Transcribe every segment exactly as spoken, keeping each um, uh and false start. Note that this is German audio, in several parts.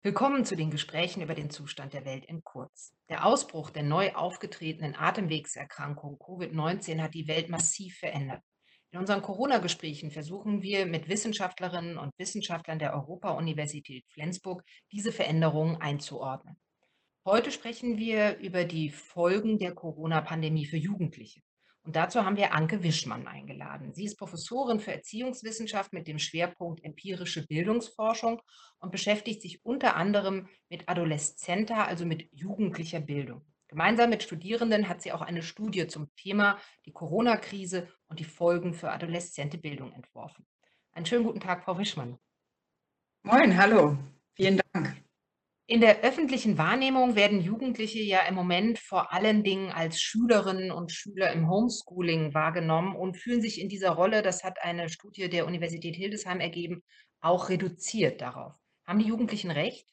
Willkommen zu den Gesprächen über den Zustand der Welt in Kurz. Der Ausbruch der neu aufgetretenen Atemwegserkrankung Covid neunzehn hat die Welt massiv verändert. In unseren Corona-Gesprächen versuchen wir mit Wissenschaftlerinnen und Wissenschaftlern der Europa-Universität Flensburg diese Veränderungen einzuordnen. Heute sprechen wir über die Folgen der Corona-Pandemie für Jugendliche. Und dazu haben wir Anke Wischmann eingeladen. Sie ist Professorin für Erziehungswissenschaft mit dem Schwerpunkt empirische Bildungsforschung und beschäftigt sich unter anderem mit adoleszenter, also mit jugendlicher Bildung. Gemeinsam mit Studierenden hat sie auch eine Studie zum Thema die Corona-Krise und die Folgen für adoleszente Bildung entworfen. Einen schönen guten Tag, Frau Wischmann. Moin, hallo. Vielen Dank. In der öffentlichen Wahrnehmung werden Jugendliche ja im Moment vor allen Dingen als Schülerinnen und Schüler im Homeschooling wahrgenommen und fühlen sich in dieser Rolle, das hat eine Studie der Universität Hildesheim ergeben, auch reduziert darauf. Haben die Jugendlichen recht?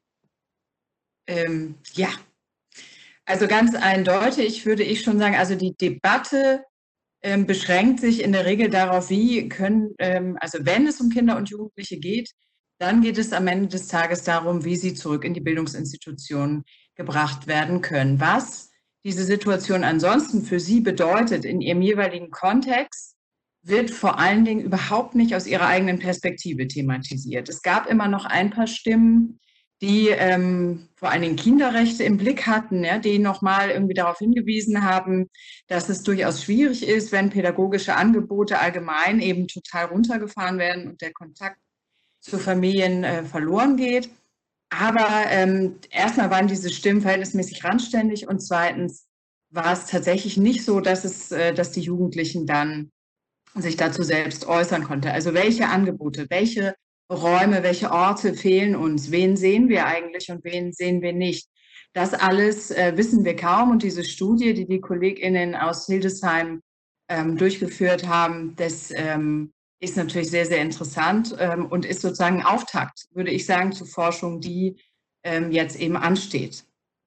Ähm, ja, also ganz eindeutig würde ich schon sagen, also die Debatte ähm, beschränkt sich in der Regel darauf, wie können, ähm, also wenn es um Kinder und Jugendliche geht, dann geht es am Ende des Tages darum, wie sie zurück in die Bildungsinstitutionen gebracht werden können. Was diese Situation ansonsten für sie bedeutet in ihrem jeweiligen Kontext, wird vor allen Dingen überhaupt nicht aus ihrer eigenen Perspektive thematisiert. Es gab immer noch ein paar Stimmen, die ähm, vor allen Dingen Kinderrechte im Blick hatten, ja, die nochmal irgendwie darauf hingewiesen haben, dass es durchaus schwierig ist, wenn pädagogische Angebote allgemein eben total runtergefahren werden und der Kontakt zu Familien äh, verloren geht. Aber ähm, erstmal waren diese Stimmen verhältnismäßig randständig und zweitens war es tatsächlich nicht so, dass, es, äh, dass die Jugendlichen dann sich dazu selbst äußern konnte. Also welche Angebote, welche Räume, welche Orte fehlen uns, wen sehen wir eigentlich und wen sehen wir nicht. Das alles äh, wissen wir kaum und diese Studie, die die KollegInnen aus Hildesheim ähm, durchgeführt haben, das ähm, ist natürlich sehr, sehr interessant ähm, und ist sozusagen ein Auftakt, würde ich sagen, zu Forschung, die ähm, jetzt eben ansteht.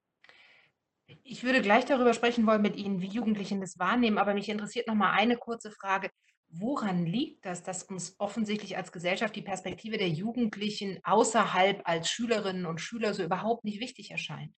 Ich würde gleich darüber sprechen wollen mit Ihnen, wie Jugendliche das wahrnehmen, aber mich interessiert noch mal eine kurze Frage. Woran liegt das, dass uns offensichtlich als Gesellschaft die Perspektive der Jugendlichen außerhalb als Schülerinnen und Schüler so überhaupt nicht wichtig erscheint?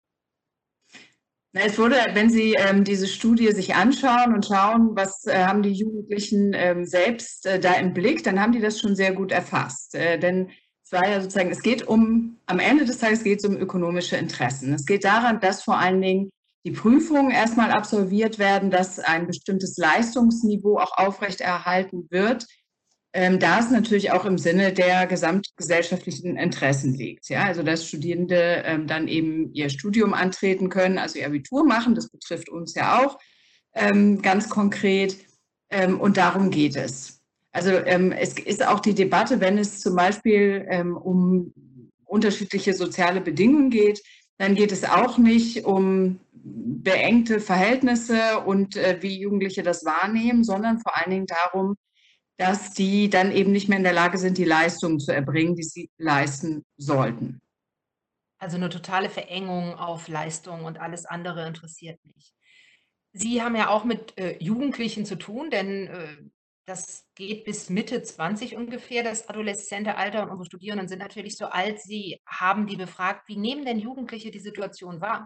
Na, es wurde, wenn Sie ähm, diese Studie sich anschauen und schauen, was äh, haben die Jugendlichen ähm, selbst äh, da im Blick, dann haben die das schon sehr gut erfasst. Äh, denn es war ja sozusagen, es geht um, am Ende des Tages geht es um ökonomische Interessen. Es geht daran, dass vor allen Dingen die Prüfungen erstmal absolviert werden, dass ein bestimmtes Leistungsniveau auch aufrechterhalten wird, ähm, da es natürlich auch im Sinne der gesamtgesellschaftlichen Interessen liegt. Ja? Also dass Studierende ähm, dann eben ihr Studium antreten können, also ihr Abitur machen, das betrifft uns ja auch ähm, ganz konkret. Ähm, und darum geht es. Also ähm, es ist auch die Debatte, wenn es zum Beispiel ähm, um unterschiedliche soziale Bedingungen geht, dann geht es auch nicht um beengte Verhältnisse und äh, wie Jugendliche das wahrnehmen, sondern vor allen Dingen darum, dass die dann eben nicht mehr in der Lage sind, die Leistungen zu erbringen, die sie leisten sollten. Also eine totale Verengung auf Leistung und alles andere interessiert mich. Sie haben ja auch mit äh, Jugendlichen zu tun, denn äh, das geht bis Mitte zwanzig ungefähr, das adoleszente Alter. Und unsere Studierenden sind natürlich so alt. Sie haben die befragt, wie nehmen denn Jugendliche die Situation wahr?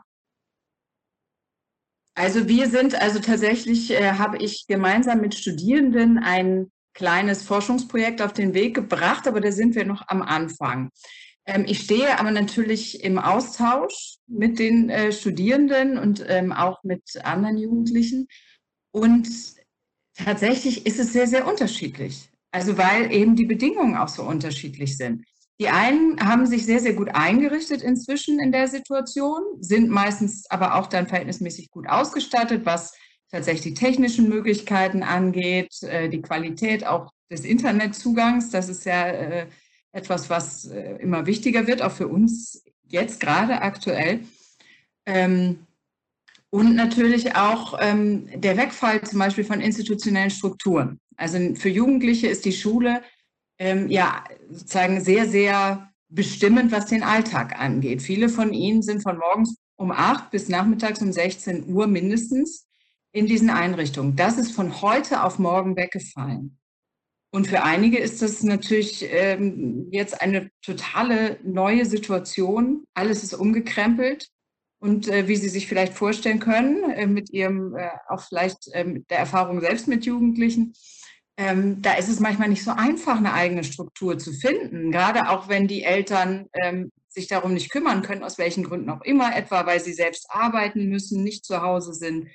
Also wir sind, also tatsächlich äh, habe ich gemeinsam mit Studierenden ein kleines Forschungsprojekt auf den Weg gebracht, aber da sind wir noch am Anfang. Ähm, ich stehe aber natürlich im Austausch mit den äh, Studierenden und ähm, auch mit anderen Jugendlichen. Und tatsächlich ist es sehr, sehr unterschiedlich. Also weil eben die Bedingungen auch so unterschiedlich sind. Die einen haben sich sehr, sehr gut eingerichtet inzwischen in der Situation, sind meistens aber auch dann verhältnismäßig gut ausgestattet, was tatsächlich die technischen Möglichkeiten angeht, äh, die Qualität auch des Internetzugangs. Das ist ja äh, etwas, was äh, immer wichtiger wird, auch für uns jetzt gerade aktuell. Ähm, und natürlich auch ähm, der Wegfall zum Beispiel von institutionellen Strukturen. Also für Jugendliche ist die Schule ähm, ja sozusagen sehr, sehr bestimmend, was den Alltag angeht. Viele von ihnen sind von morgens um acht bis nachmittags um sechzehn Uhr mindestens in diesen Einrichtungen. Das ist von heute auf morgen weggefallen. Und für einige ist das natürlich ähm, jetzt eine totale neue Situation. Alles ist umgekrempelt. Und äh, wie Sie sich vielleicht vorstellen können, äh, mit Ihrem, äh, auch vielleicht äh, mit der Erfahrung selbst mit Jugendlichen, ähm, da ist es manchmal nicht so einfach, eine eigene Struktur zu finden. Gerade auch wenn die Eltern ähm, sich darum nicht kümmern können, aus welchen Gründen auch immer, etwa weil sie selbst arbeiten müssen, nicht zu Hause sind.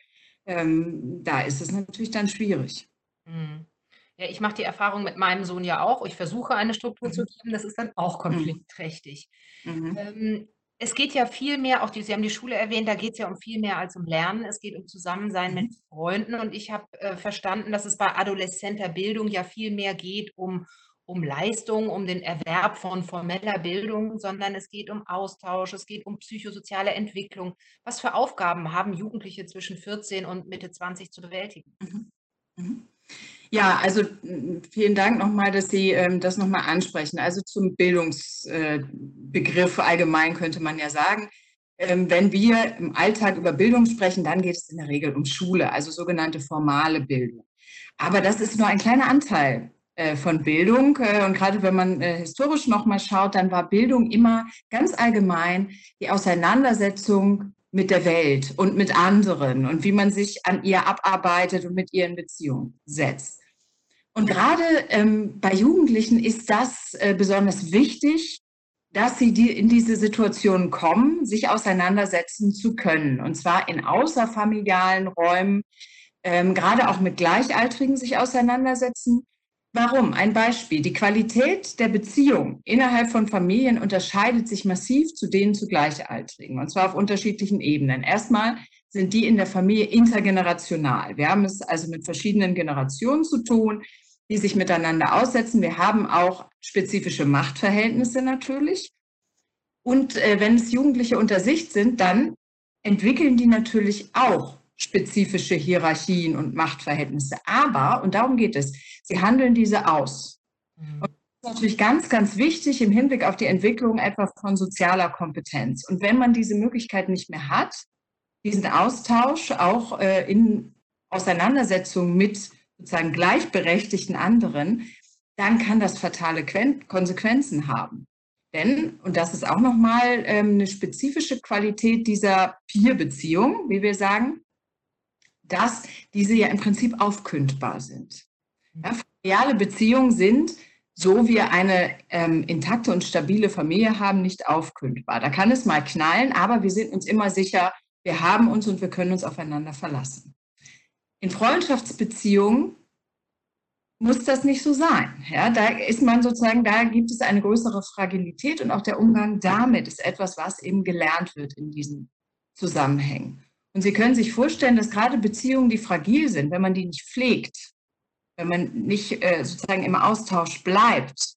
Ähm, da ist es natürlich dann schwierig. Mhm. Ja, ich mache die Erfahrung mit meinem Sohn ja auch. Ich versuche, eine Struktur zu Mhm. geben, das ist dann auch Mhm. konfliktträchtig. Mhm. Ähm, es geht ja viel mehr, auch die Sie haben die Schule erwähnt, da geht es ja um viel mehr als um Lernen. Es geht um Zusammensein mit Mhm. Freunden und ich habe, äh, verstanden, dass es bei adoleszenter Bildung ja viel mehr geht um um Leistung, um den Erwerb von formeller Bildung, sondern es geht um Austausch, es geht um psychosoziale Entwicklung. Was für Aufgaben haben Jugendliche zwischen vierzehn und Mitte zwanzig zu bewältigen? Mhm. Mhm. Ja, also m, vielen Dank nochmal, dass Sie ähm, das nochmal ansprechen. Also zum Bildungsbegriff äh, allgemein könnte man ja sagen, ähm, wenn wir im Alltag über Bildung sprechen, dann geht es in der Regel um Schule, also sogenannte formale Bildung. Aber das ist nur ein kleiner Anteil äh, von Bildung. Äh, und gerade wenn man äh, historisch nochmal schaut, dann war Bildung immer ganz allgemein die Auseinandersetzung mit der Welt und mit anderen und wie man sich an ihr abarbeitet und mit ihr in Beziehung setzt. Und gerade ähm, bei Jugendlichen ist das äh, besonders wichtig, dass sie die, in diese Situation kommen, sich auseinandersetzen zu können. Und zwar in außerfamilialen Räumen, ähm, gerade auch mit Gleichaltrigen sich auseinandersetzen. Warum? Ein Beispiel. Die Qualität der Beziehung innerhalb von Familien unterscheidet sich massiv zu denen zu Gleichaltrigen, und zwar auf unterschiedlichen Ebenen. Erstmal sind die in der Familie intergenerational. Wir haben es also mit verschiedenen Generationen zu tun, die sich miteinander aussetzen. Wir haben auch spezifische Machtverhältnisse natürlich. Und äh, wenn es Jugendliche unter sich sind, dann entwickeln die natürlich auch spezifische Hierarchien und Machtverhältnisse. Aber, und darum geht es, sie handeln diese aus. Und Mhm. das ist natürlich ganz, ganz wichtig im Hinblick auf die Entwicklung etwa von sozialer Kompetenz. Und wenn man diese Möglichkeit nicht mehr hat, diesen Austausch auch äh, in Auseinandersetzung mit sozusagen gleichberechtigten anderen, dann kann das fatale Konsequenzen haben. Denn, und das ist auch nochmal ähm, eine spezifische Qualität dieser Peer-Beziehung, wie wir sagen, dass diese ja im Prinzip aufkündbar sind. Ja, familiale Beziehungen sind, so wir eine ähm, intakte und stabile Familie haben, nicht aufkündbar. Da kann es mal knallen, aber wir sind uns immer sicher, wir haben uns und wir können uns aufeinander verlassen. In Freundschaftsbeziehungen muss das nicht so sein. Ja, da ist man sozusagen, da gibt es eine größere Fragilität und auch der Umgang damit ist etwas, was eben gelernt wird in diesen Zusammenhängen. Und Sie können sich vorstellen, dass gerade Beziehungen, die fragil sind, wenn man die nicht pflegt, wenn man nicht äh, sozusagen im Austausch bleibt,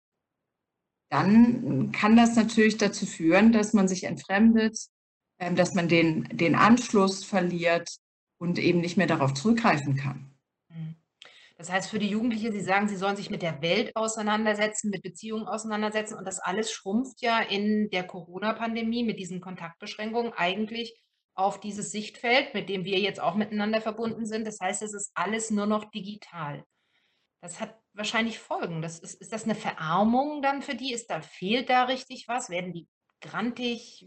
dann kann das natürlich dazu führen, dass man sich entfremdet, äh, dass man den, den Anschluss verliert und eben nicht mehr darauf zurückgreifen kann. Mhm. Das heißt für die Jugendliche, Sie sagen, sie sollen sich mit der Welt auseinandersetzen, mit Beziehungen auseinandersetzen und das alles schrumpft ja in der Corona-Pandemie mit diesen Kontaktbeschränkungen eigentlich auf dieses Sichtfeld, mit dem wir jetzt auch miteinander verbunden sind. Das heißt, es ist alles nur noch digital. Das hat wahrscheinlich Folgen. Das ist, ist das eine Verarmung dann für die? Ist da, fehlt da richtig was? Werden die grantig?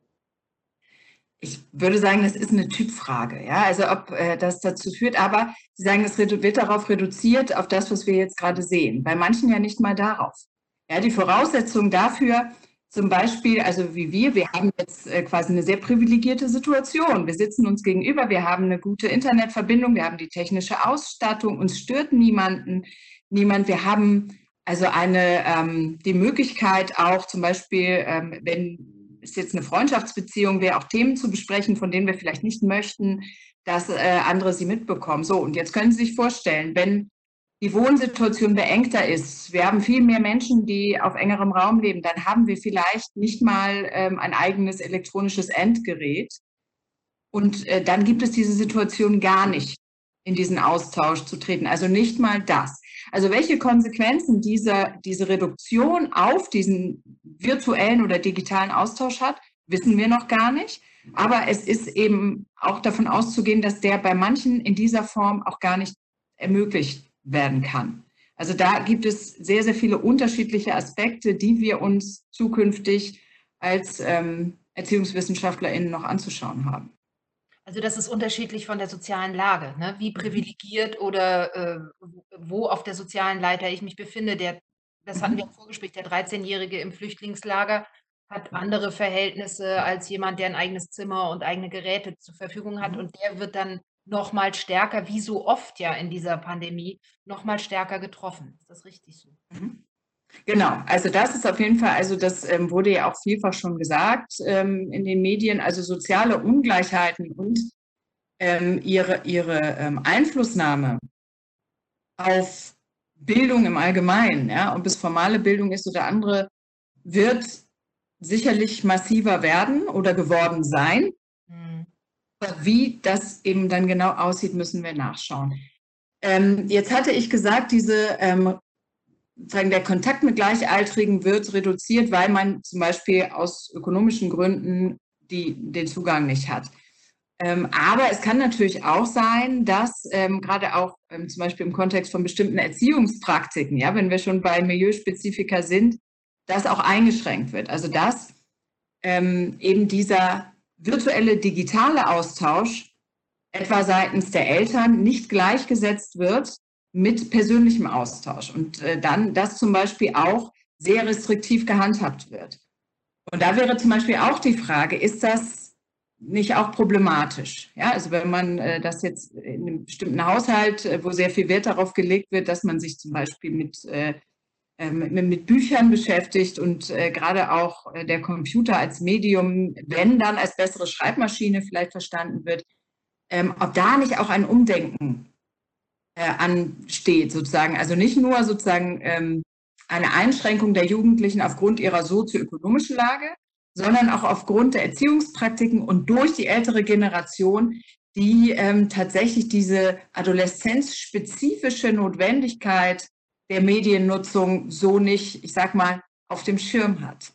Ich würde sagen, das ist eine Typfrage, ja, also ob äh, das dazu führt, aber Sie sagen, es wird darauf reduziert, auf das, was wir jetzt gerade sehen. Bei manchen ja nicht mal darauf. Ja, die Voraussetzung dafür, zum Beispiel, also wie wir, wir haben jetzt äh, quasi eine sehr privilegierte Situation. Wir sitzen uns gegenüber, wir haben eine gute Internetverbindung, wir haben die technische Ausstattung, uns stört niemanden, niemand. Wir haben also eine, ähm, die Möglichkeit auch zum Beispiel, ähm, wenn es jetzt eine Freundschaftsbeziehung wäre, auch Themen zu besprechen, von denen wir vielleicht nicht möchten, dass äh, andere sie mitbekommen. So, und jetzt können Sie sich vorstellen, wenn die Wohnsituation beengter ist, wir haben viel mehr Menschen, die auf engerem Raum leben, dann haben wir vielleicht nicht mal ähm, ein eigenes elektronisches Endgerät. Und äh, dann gibt es diese Situation gar nicht, in diesen Austausch zu treten. Also nicht mal das. Also welche Konsequenzen diese, diese Reduktion auf diesen virtuellen oder digitalen Austausch hat, wissen wir noch gar nicht. Aber es ist eben auch davon auszugehen, dass der bei manchen in dieser Form auch gar nicht ermöglicht werden kann. Also da gibt es sehr, sehr viele unterschiedliche Aspekte, die wir uns zukünftig als ähm, ErziehungswissenschaftlerInnen noch anzuschauen haben. Also das ist unterschiedlich von der sozialen Lage, ne? Wie Mhm. privilegiert oder äh, wo auf der sozialen Leiter ich mich befinde. Der, das hatten wir im Mhm. Vorgespräch, der dreizehnjährige im Flüchtlingslager hat andere Verhältnisse als jemand, der ein eigenes Zimmer und eigene Geräte zur Verfügung hat. Mhm. Und der wird dann noch mal stärker, wie so oft ja in dieser Pandemie, noch mal stärker getroffen. Ist das richtig so? Mhm. Genau, also das ist auf jeden Fall, also das ähm, wurde ja auch vielfach schon gesagt ähm, in den Medien, also soziale Ungleichheiten und ähm, ihre, ihre ähm, Einflussnahme auf Bildung im Allgemeinen, ja, ob es formale Bildung ist oder andere, wird sicherlich massiver werden oder geworden sein. Mhm. Wie das eben dann genau aussieht, müssen wir nachschauen. Ähm, jetzt hatte ich gesagt, diese ähm, sagen, der Kontakt mit Gleichaltrigen wird reduziert, weil man zum Beispiel aus ökonomischen Gründen die, den Zugang nicht hat. Ähm, aber es kann natürlich auch sein, dass ähm, gerade auch ähm, zum Beispiel im Kontext von bestimmten Erziehungspraktiken, ja, wenn wir schon bei Milieuspezifika sind, das auch eingeschränkt wird. Also dass ähm, eben dieser virtuelle digitale Austausch etwa seitens der Eltern nicht gleichgesetzt wird mit persönlichem Austausch und äh, dann das zum Beispiel auch sehr restriktiv gehandhabt wird. Und da wäre zum Beispiel auch die Frage, ist das nicht auch problematisch? Ja, also wenn man äh, das jetzt in einem bestimmten Haushalt, äh, wo sehr viel Wert darauf gelegt wird, dass man sich zum Beispiel mit, äh, mit, mit Büchern beschäftigt und äh, gerade auch äh, der Computer als Medium, wenn dann als bessere Schreibmaschine vielleicht verstanden wird, ähm, ob da nicht auch ein Umdenken äh, ansteht, sozusagen. Also nicht nur sozusagen ähm, eine Einschränkung der Jugendlichen aufgrund ihrer sozioökonomischen Lage, sondern auch aufgrund der Erziehungspraktiken und durch die ältere Generation, die ähm, tatsächlich diese adoleszenzspezifische Notwendigkeit der Mediennutzung so nicht, ich sag mal, auf dem Schirm hat.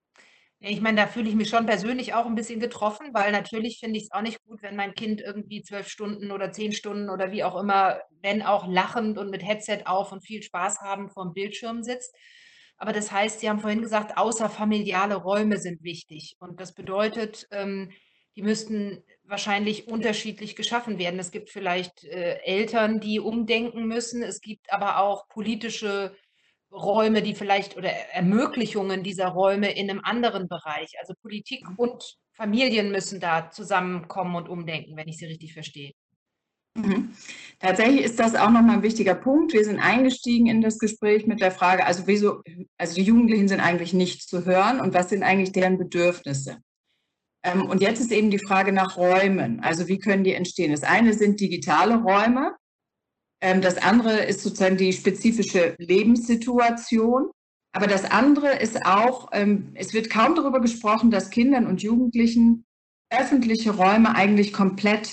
Ich meine, da fühle ich mich schon persönlich auch ein bisschen getroffen, weil natürlich finde ich es auch nicht gut, wenn mein Kind irgendwie zwölf Stunden oder zehn Stunden oder wie auch immer, wenn auch lachend und mit Headset auf und viel Spaß haben vorm Bildschirm sitzt. Aber das heißt, Sie haben vorhin gesagt, außerfamiliale Räume sind wichtig. Und das bedeutet, ähm, die müssten wahrscheinlich unterschiedlich geschaffen werden. Es gibt vielleicht äh, Eltern, die umdenken müssen. Es gibt aber auch politische Räume, die vielleicht oder Ermöglichungen dieser Räume in einem anderen Bereich. Also Politik und Familien müssen da zusammenkommen und umdenken, wenn ich Sie richtig verstehe. Mhm. Tatsächlich ist das auch nochmal ein wichtiger Punkt. Wir sind eingestiegen in das Gespräch mit der Frage, also wieso, also die Jugendlichen sind eigentlich nicht zu hören und was sind eigentlich deren Bedürfnisse? Ähm, und jetzt ist eben die Frage nach Räumen. Also wie können die entstehen? Das eine sind digitale Räume. Ähm, das andere ist sozusagen die spezifische Lebenssituation. Aber das andere ist auch, ähm, es wird kaum darüber gesprochen, dass Kindern und Jugendlichen öffentliche Räume eigentlich komplett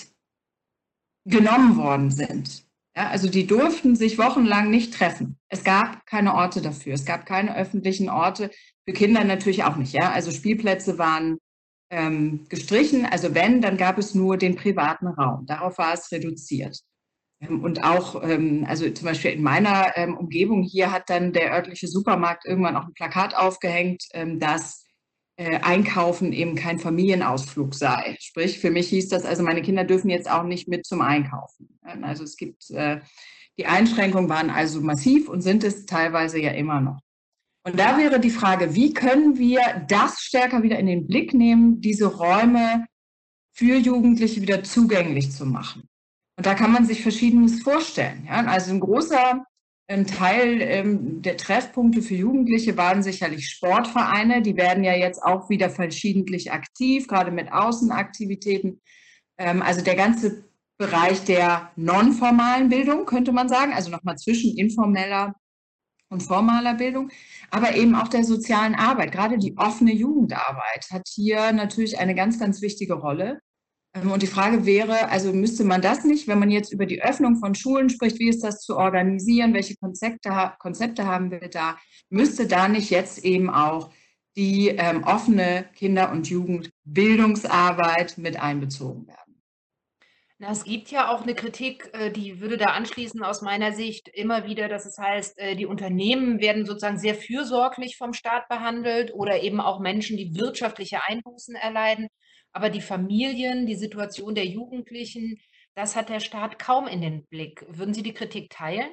genommen worden sind. Ja, also die durften sich wochenlang nicht treffen. Es gab keine Orte dafür. Es gab keine öffentlichen Orte, für Kinder natürlich auch nicht. Ja? Also Spielplätze waren ähm, gestrichen. Also wenn, dann gab es nur den privaten Raum. Darauf war es reduziert. Ähm, und auch, ähm, also zum Beispiel in meiner ähm, Umgebung hier hat dann der örtliche Supermarkt irgendwann auch ein Plakat aufgehängt, ähm, dass äh, Einkaufen eben kein Familienausflug sei. Sprich, für mich hieß das, also meine Kinder dürfen jetzt auch nicht mit zum Einkaufen. Also es gibt, äh, die Einschränkungen waren also massiv und sind es teilweise ja immer noch. Und da wäre die Frage, wie können wir das stärker wieder in den Blick nehmen, diese Räume für Jugendliche wieder zugänglich zu machen? Und da kann man sich Verschiedenes vorstellen. Ja? Also ein großer ein Teil ähm, der Treffpunkte für Jugendliche waren sicherlich Sportvereine. Die werden ja jetzt auch wieder verschiedentlich aktiv, gerade mit Außenaktivitäten. Ähm, also der ganze Bereich der nonformalen Bildung, könnte man sagen, also nochmal zwischen informeller und formaler Bildung, aber eben auch der sozialen Arbeit. Gerade die offene Jugendarbeit hat hier natürlich eine ganz, ganz wichtige Rolle. Und die Frage wäre, also müsste man das nicht, wenn man jetzt über die Öffnung von Schulen spricht, wie ist das zu organisieren, welche Konzepte, Konzepte haben wir da, müsste da nicht jetzt eben auch die ähm, offene Kinder- und Jugendbildungsarbeit mit einbezogen werden? Na, es gibt ja auch 'ne Kritik, äh, die würde da anschließen aus meiner Sicht immer wieder, dass es heißt, äh, die Unternehmen werden sozusagen sehr fürsorglich vom Staat behandelt oder eben auch Menschen, die wirtschaftliche Einbußen erleiden. Aber die Familien, die Situation der Jugendlichen, das hat der Staat kaum in den Blick. Würden Sie die Kritik teilen?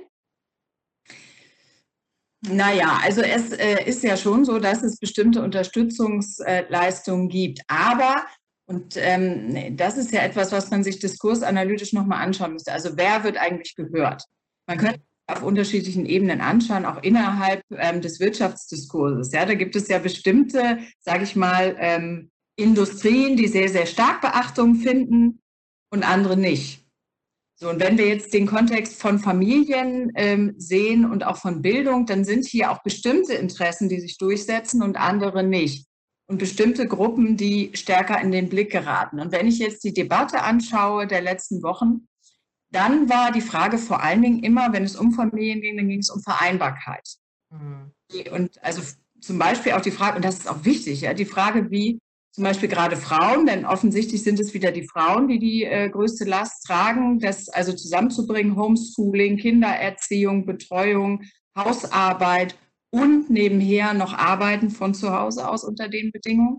Na ja, also es, äh, ist ja schon so, dass es bestimmte Unterstützungsleistungen äh, Leistungen gibt. Aber und, ähm, das ist ja etwas, was man sich diskursanalytisch noch mal anschauen müsste. Also, wer wird eigentlich gehört? Man könnte Mhm. auf unterschiedlichen Ebenen anschauen, auch innerhalb, ähm, des Wirtschaftsdiskurses, ja? Da gibt es ja bestimmte, sage ich mal, ähm, Industrien, die sehr, sehr stark Beachtung finden und andere nicht. So, und wenn wir jetzt den Kontext von Familien, ähm, sehen und auch von Bildung, dann sind hier auch bestimmte Interessen, die sich durchsetzen und andere nicht. Und bestimmte Gruppen, die stärker in den Blick geraten. Und wenn ich jetzt die Debatte anschaue der letzten Wochen, dann war die Frage vor allen Dingen immer, wenn es um Familien ging, dann ging es um Vereinbarkeit. Mhm. Die und also f zum Beispiel auch die Frage und das ist auch wichtig, ja, die Frage, wie zum Beispiel gerade Frauen, denn offensichtlich sind es wieder die Frauen, die die, äh, größte Last tragen, das also zusammenzubringen, Homeschooling, Kindererziehung, Betreuung, Hausarbeit und nebenher noch Arbeiten von zu Hause aus unter den Bedingungen.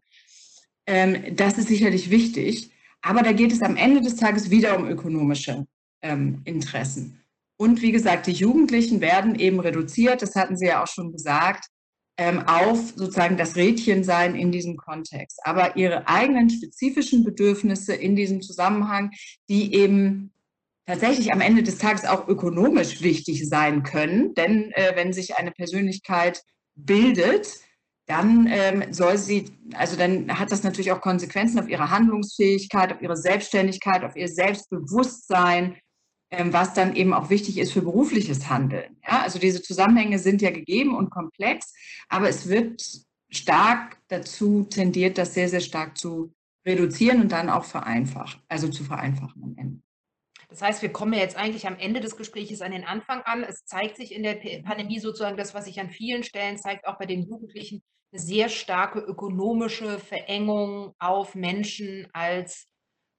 Ähm, das ist sicherlich wichtig, aber da geht es am Ende des Tages wieder um ökonomische, ähm, Interessen. Und wie gesagt, die Jugendlichen werden eben reduziert, das hatten Sie ja auch schon gesagt, ähm, auf sozusagen das Rädchen sein in diesem Kontext. Aber ihre eigenen spezifischen Bedürfnisse in diesem Zusammenhang, die eben tatsächlich am Ende des Tages auch ökonomisch wichtig sein können, denn, äh, wenn sich eine Persönlichkeit bildet, dann, ähm, soll sie also dann hat das natürlich auch Konsequenzen auf ihre Handlungsfähigkeit, auf ihre Selbstständigkeit, auf ihr Selbstbewusstsein, ähm, was dann eben auch wichtig ist für berufliches Handeln, ja? Also, diese Zusammenhänge sind ja gegeben und komplex, aber es wird stark dazu tendiert, das sehr, sehr stark zu reduzieren und dann auch vereinfacht also zu vereinfachen am Ende. Das heißt, wir kommen ja jetzt eigentlich am Ende des Gespräches an den Anfang an. Es zeigt sich in der P Pandemie sozusagen das, was sich an vielen Stellen zeigt, auch bei den Jugendlichen, 'ne sehr starke ökonomische Verengung auf Menschen als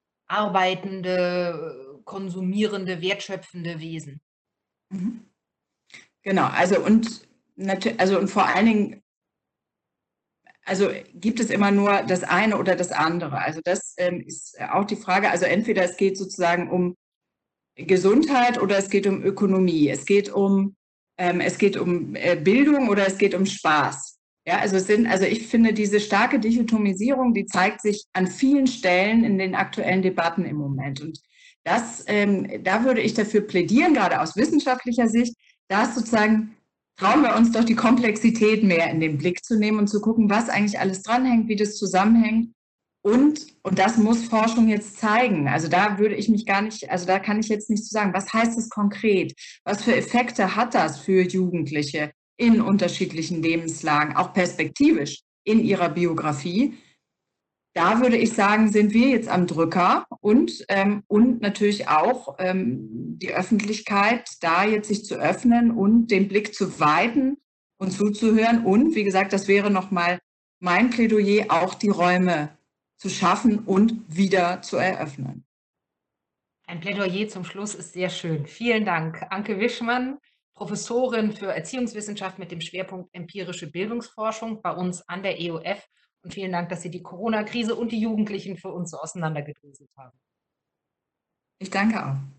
arbeitende, äh, konsumierende, wertschöpfende Wesen. Mhm. Genau, also und natü also und vor allen Dingen also gibt es immer nur das eine oder das andere. Also das, ähm, ist auch die Frage. Also entweder es geht sozusagen um Gesundheit oder es geht um Ökonomie. Es geht um ähm, es geht um, äh, Bildung oder es geht um Spaß. Ja, also es sind also ich finde diese starke Dichotomisierung, die zeigt sich an vielen Stellen in den aktuellen Debatten im Moment. Und das ähm, da würde ich dafür plädieren, gerade aus wissenschaftlicher Sicht, dass sozusagen trauen wir uns doch die Komplexität mehr in den Blick zu nehmen und zu gucken, was eigentlich alles dranhängt, wie das zusammenhängt. Und und das muss Forschung jetzt zeigen. Also, da würde ich mich gar nicht also, da kann ich jetzt nichts zu sagen. Was heißt das konkret? Was für Effekte hat das für Jugendliche in unterschiedlichen Lebenslagen, auch perspektivisch in ihrer Biografie? Da würde ich sagen, sind wir jetzt am Drücker und ähm, und natürlich auch, ähm, die Öffentlichkeit, da jetzt sich zu öffnen und den Blick zu weiten und zuzuhören. Und wie gesagt, das wäre noch mal mein Plädoyer, auch die Räume zu schaffen und wieder zu eröffnen. Ein Plädoyer zum Schluss ist sehr schön. Vielen Dank. Anke Wischmann, Professorin für Erziehungswissenschaft mit dem Schwerpunkt empirische Bildungsforschung bei uns an der E O F. Und vielen Dank, dass Sie die Corona-Krise und die Jugendlichen für uns so auseinandergedröselt haben. Ich danke auch.